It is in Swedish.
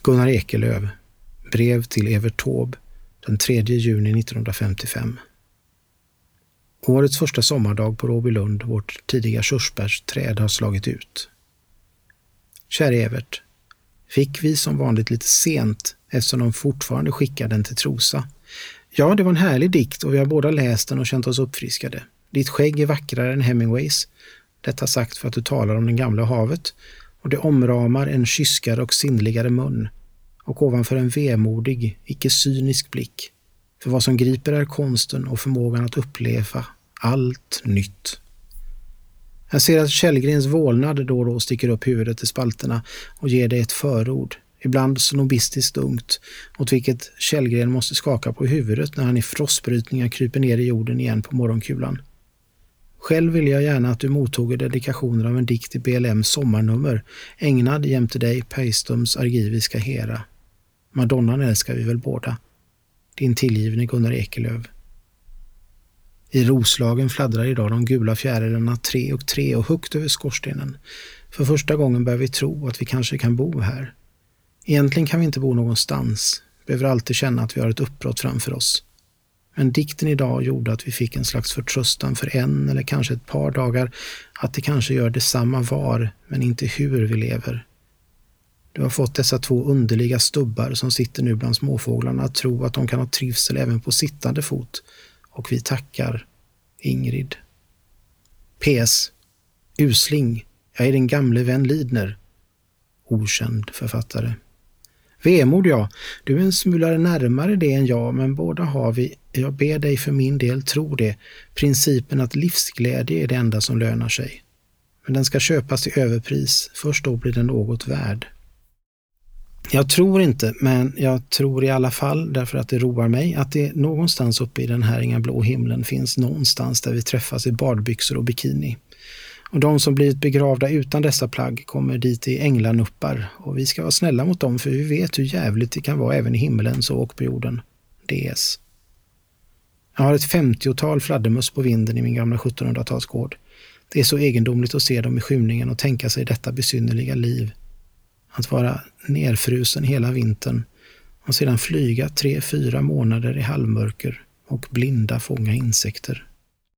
Gunnar Ekelöf, brev till Evert Taube den 3 juni 1955. Årets första sommardag på Råbylund, vårt tidiga körsbärsträd, har slagit ut. Kära Evert, fick vi som vanligt lite sent eftersom de fortfarande skickade den till Trosa. Ja, det var en härlig dikt och vi har båda läst den och känt oss uppfriskade. Ditt skägg är vackrare än Hemingways. Detta sagt för att du talar om den gamla havet, och det omramar en kyskare och sinnligare mun, och ovanför en vemodig, icke cynisk blick. För vad som griper är konsten och förmågan att uppleva allt nytt. Jag ser att Källgrens vålnad då och då sticker upp huvudet i spalterna och ger dig ett förord, ibland snobistiskt ungt, åt vilket Källgren måste skaka på huvudet när han i frostbrytningar kryper ner i jorden igen på morgonkulan. Själv vill jag gärna att du mottog dedikationer av en dikt i BLM sommarnummer, ägnad jämte dig Pejstums argiviska Hera. Madonnan älskar vi väl båda. Din tillgivne Gunnar Ekelöf. I Roslagen fladdrar idag de gula fjärilarna 3 och 3 och högt över skorstenen. För första gången börjar vi tro att vi kanske kan bo här. Egentligen kan vi inte bo någonstans. Behöver alltid känna att vi har ett uppbrott framför oss. Men dikten idag gjorde att vi fick en slags förtröstan för en eller kanske ett par dagar att det kanske gör detsamma var, men inte hur vi lever. Du har fått dessa 2 underliga stubbar som sitter nu bland småfåglarna att tro att de kan ha trivsel även på sittande fot. Och vi tackar Ingrid. PS. Usling. Jag är din gamle vän Lidner. Okänd författare. Vemod, ja. Du är en smulare närmare det än jag, men båda har vi, jag ber dig för min del tro det, principen att livsglädje är det enda som lönar sig. Men den ska köpas till överpris, först då blir den något värd. Jag tror inte, men jag tror i alla fall, därför att det roar mig, att det någonstans uppe i den här inga blå himlen finns någonstans där vi träffas i badbyxor och bikini. Och de som blivit begravda utan dessa plagg kommer dit i änglanuppar, och vi ska vara snälla mot dem för vi vet hur jävligt det kan vara även i himmelen så och på jorden. DS. Jag har ett 50-tal fladdermöss på vinden i min gamla 1700-talsgård. Det är så egendomligt att se dem i skymningen och tänka sig detta besynnerliga liv. Att vara nerfrusen hela vintern och sedan flyga 3-4 månader i halvmörker och blinda fånga insekter.